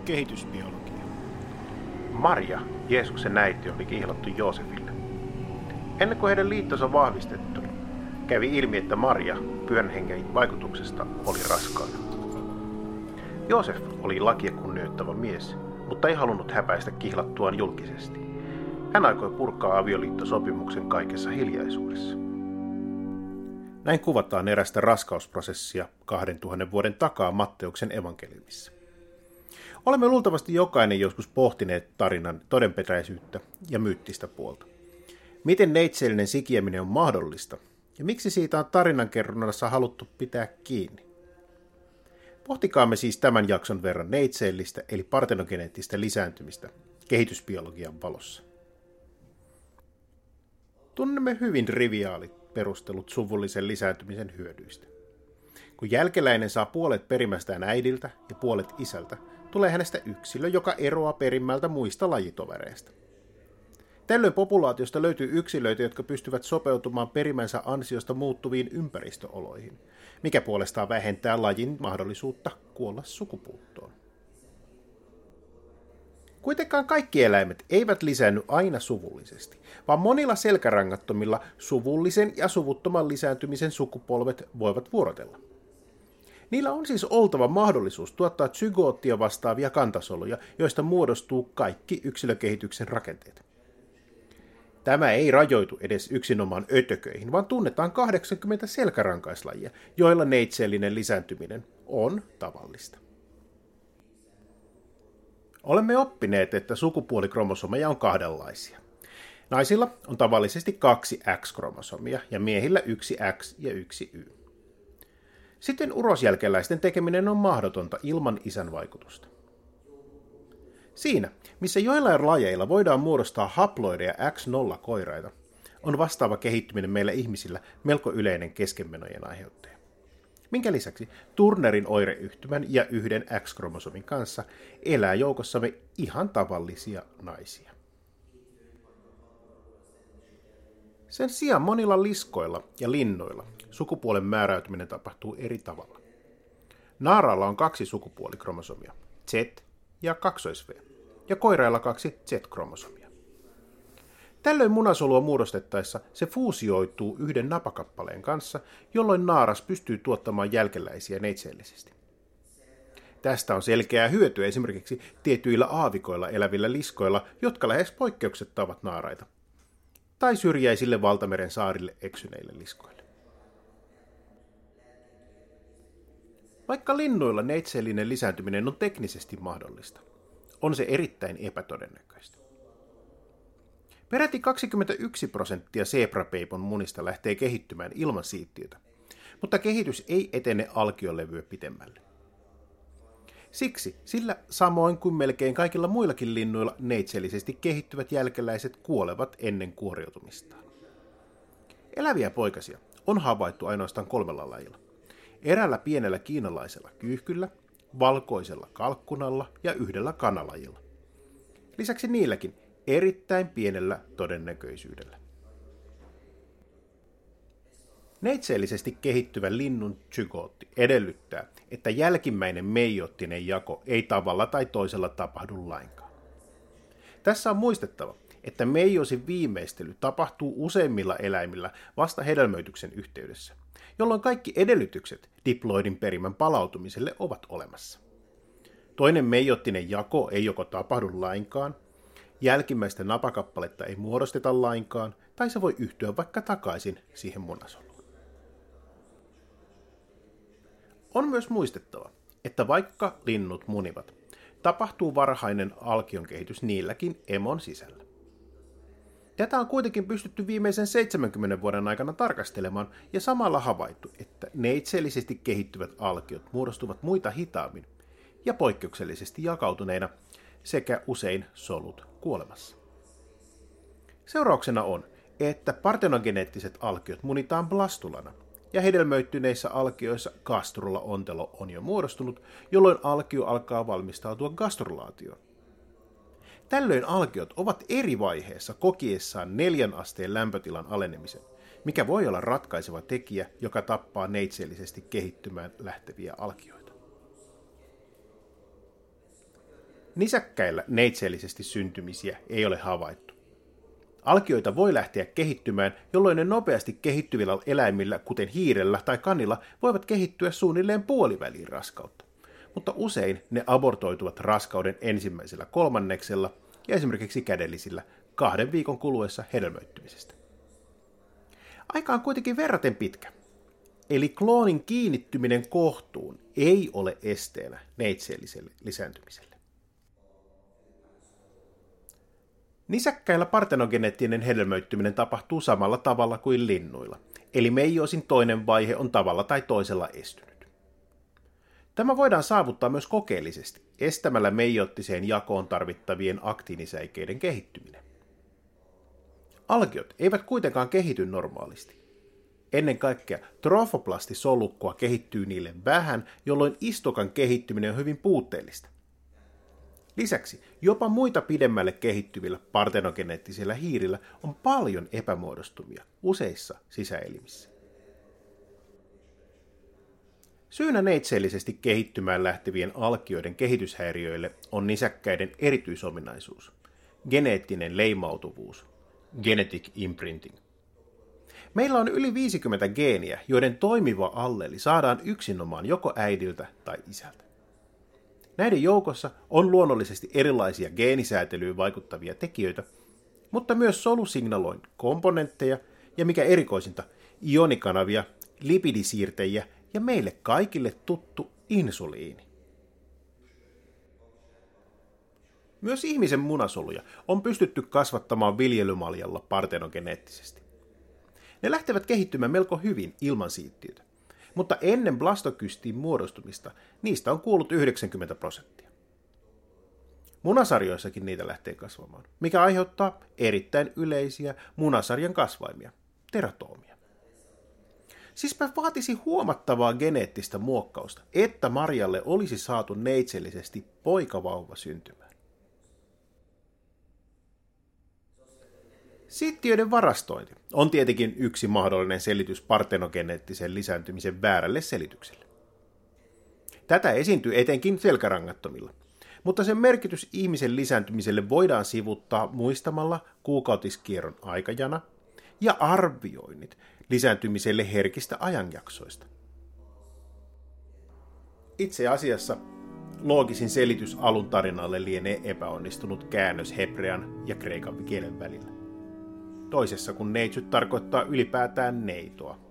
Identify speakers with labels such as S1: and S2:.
S1: kehitysbiologia.
S2: Maria, Jeesuksen äiti, oli kihlattu Joosefille. Ennen kuin heidän liittonsa vahvistettu, kävi ilmi, että Maria pyhän hengen vaikutuksesta oli raskaana. Joosef oli lakia kunnioittava mies, mutta ei halunnut häpäistä kihlattuaan julkisesti. Hän aikoi purkaa avioliittosopimuksen kaikessa hiljaisuudessa. Näin kuvataan erästä raskausprosessia 2000 vuoden takaa Matteuksen evankeliumissa. Olemme luultavasti jokainen joskus pohtineet tarinan todenperäisyyttä ja myyttistä puolta. Miten neitseellinen sikiäminen on mahdollista ja miksi siitä on tarinankerronnassa haluttu pitää kiinni? Pohtikaamme siis tämän jakson verran neitseellistä eli partenogeneettistä lisääntymistä kehitysbiologian valossa. Tunnemme hyvin triviaalit perustelut suvullisen lisääntymisen hyödyistä. Kun jälkeläinen saa puolet perimästään äidiltä ja puolet isältä, tulee hänestä yksilö, joka eroaa perimmältä muista lajitovereista. Tällöin populaatiosta löytyy yksilöitä, jotka pystyvät sopeutumaan perimänsä ansiosta muuttuviin ympäristöoloihin, mikä puolestaan vähentää lajin mahdollisuutta kuolla sukupuuttoon. Kuitenkaan kaikki eläimet eivät lisäänny aina suvullisesti, vaan monilla selkärangattomilla suvullisen ja suvuttoman lisääntymisen sukupolvet voivat vuorotella. Niillä on siis oltava mahdollisuus tuottaa zygoottia vastaavia kantasoluja, joista muodostuu kaikki yksilökehityksen rakenteet. Tämä ei rajoitu edes yksinomaan ötököihin, vaan tunnetaan 80 selkärankaislajia, joilla neitseellinen lisääntyminen on tavallista. Olemme oppineet, että sukupuolikromosomeja on kahdenlaisia. Naisilla on tavallisesti 2 X-kromosomia ja miehillä 1 X ja 1 Y. Sitten urosjälkeläisten tekeminen on mahdotonta ilman isän vaikutusta. Siinä, missä joillain lajeilla voidaan muodostaa haploideja X0-koiraita, on vastaava kehittyminen meillä ihmisillä melko yleinen keskenmenojen aiheuttaja. Minkä lisäksi Turnerin oireyhtymän ja 1 X-kromosomin kanssa elää joukossamme ihan tavallisia naisia. Sen sijaan monilla liskoilla ja linnuilla sukupuolen määräytyminen tapahtuu eri tavalla. Naaralla on 2 sukupuolikromosomia, Z ja 2V, ja koirailla 2 Z-kromosomia. Tällöin munasolua muodostettaessa se fuusioituu 1 napakappaleen kanssa, jolloin naaras pystyy tuottamaan jälkeläisiä neitseellisesti. Tästä on selkeää hyötyä esimerkiksi tietyillä aavikoilla elävillä liskoilla, jotka lähes poikkeuksetta ovat naaraita, tai syrjäisille valtameren saarille eksyneille liskoille. Vaikka linnuilla neitseellinen lisääntyminen on teknisesti mahdollista, on se erittäin epätodennäköistä. Peräti 21% zebrapeipon munista lähtee kehittymään ilman siittiötä, mutta kehitys ei etene alkiolevyä pitemmälle. Siksi sillä samoin kuin melkein kaikilla muillakin linnuilla neitseellisesti kehittyvät jälkeläiset kuolevat ennen kuoriutumistaan. Eläviä poikasia on havaittu ainoastaan 3 lajilla. Eräällä pienellä kiinalaisella kyyhkyllä, valkoisella kalkkunalla ja 1 kanalajilla. Lisäksi niilläkin erittäin pienellä todennäköisyydellä. Neitseellisesti kehittyvä linnun zygootti edellyttää, että jälkimmäinen meiottinen jako ei tavalla tai toisella tapahdu lainkaan. Tässä on muistettava, että meiosin viimeistely tapahtuu useimmilla eläimillä vasta hedelmöityksen yhteydessä, jolloin kaikki edellytykset diploidin perimän palautumiselle ovat olemassa. Toinen meiottinen jako ei joko tapahdu lainkaan, jälkimmäistä napakappaletta ei muodosteta lainkaan, tai se voi yhtyä vaikka takaisin siihen munasoluun. On myös muistettava, että vaikka linnut munivat, tapahtuu varhainen alkion kehitys niilläkin emon sisällä. Tätä on kuitenkin pystytty viimeisen 70 vuoden aikana tarkastelemaan ja samalla havaittu, että neitseellisesti kehittyvät alkiot muodostuvat muita hitaammin ja poikkeuksellisesti jakautuneina sekä usein solut kuolemassa. Seurauksena on, että partenogeneettiset alkiot munitaan blastulana ja hedelmöittyneissä alkioissa gastrula-ontelo on jo muodostunut, jolloin alkio alkaa valmistautua gastrulaatioon. Tällöin alkiot ovat eri vaiheessa kokiessaan 4 asteen lämpötilan alenemisen, mikä voi olla ratkaiseva tekijä, joka tappaa neitseellisesti kehittymään lähteviä alkioita. Nisäkkäillä neitseellisesti syntymisiä ei ole havaittu. Alkioita voi lähteä kehittymään, jolloin ne nopeasti kehittyvillä eläimillä, kuten hiirellä tai kanilla, voivat kehittyä suunnilleen puoliväliin raskautta. Mutta usein ne abortoituvat raskauden ensimmäisellä kolmanneksella ja esimerkiksi kädellisillä 2 viikon kuluessa hedelmöittymisestä. Aika on kuitenkin verraten pitkä. Eli kloonin kiinnittyminen kohtuun ei ole esteenä neitseelliselle lisääntymiselle. Nisäkkäillä partenogeneettinen hedelmöittyminen tapahtuu samalla tavalla kuin linnuilla, eli meiosin toinen vaihe on tavalla tai toisella estynyt. Tämä voidaan saavuttaa myös kokeellisesti, estämällä meiottiseen jakoon tarvittavien aktiinisäikeiden kehittyminen. Alkiot eivät kuitenkaan kehity normaalisti. Ennen kaikkea trofoplastisolukkua kehittyy niille vähän, jolloin istokan kehittyminen on hyvin puutteellista. Lisäksi jopa muita pidemmälle kehittyvillä partenogeneettisillä hiirillä on paljon epämuodostumia useissa sisäelimissä. Syynä neitseellisesti kehittymään lähtevien alkioiden kehityshäiriöille on nisäkkäiden erityisominaisuus, geneettinen leimautuvuus, genetic imprinting. Meillä on yli 50 geeniä, joiden toimiva alleeli saadaan yksinomaan joko äidiltä tai isältä. Näiden joukossa on luonnollisesti erilaisia geenisäätelyyn vaikuttavia tekijöitä, mutta myös solusignaloin komponentteja ja mikä erikoisinta, ionikanavia, lipidisiirtejä ja meille kaikille tuttu insuliini. Myös ihmisen munasoluja on pystytty kasvattamaan viljelymaljalla partenogeneettisesti. Ne lähtevät kehittymään melko hyvin ilman siittiötä, mutta ennen blastokystiin muodostumista niistä on kuollut 90%. Munasarjoissakin niitä lähtee kasvamaan, mikä aiheuttaa erittäin yleisiä munasarjan kasvaimia, teratoomia. Sispä vaatisi huomattavaa geneettistä muokkausta, että Marjalle olisi saatu neitsellisesti poikavauva syntymään. Siittiöiden varastointi on tietenkin yksi mahdollinen selitys partenogeneettisen lisääntymisen väärälle selitykselle. Tätä esiintyy etenkin selkärangattomilla, mutta sen merkitys ihmisen lisääntymiselle voidaan sivuttaa muistamalla kuukautiskierron aikajana ja arvioinnit lisääntymiselle herkistä ajanjaksoista. Itse asiassa loogisin selitys alun tarinalle lienee epäonnistunut käännös hebrean ja kreikan kielen välillä. Toisessa kun neitsyt tarkoittaa ylipäätään neitoa.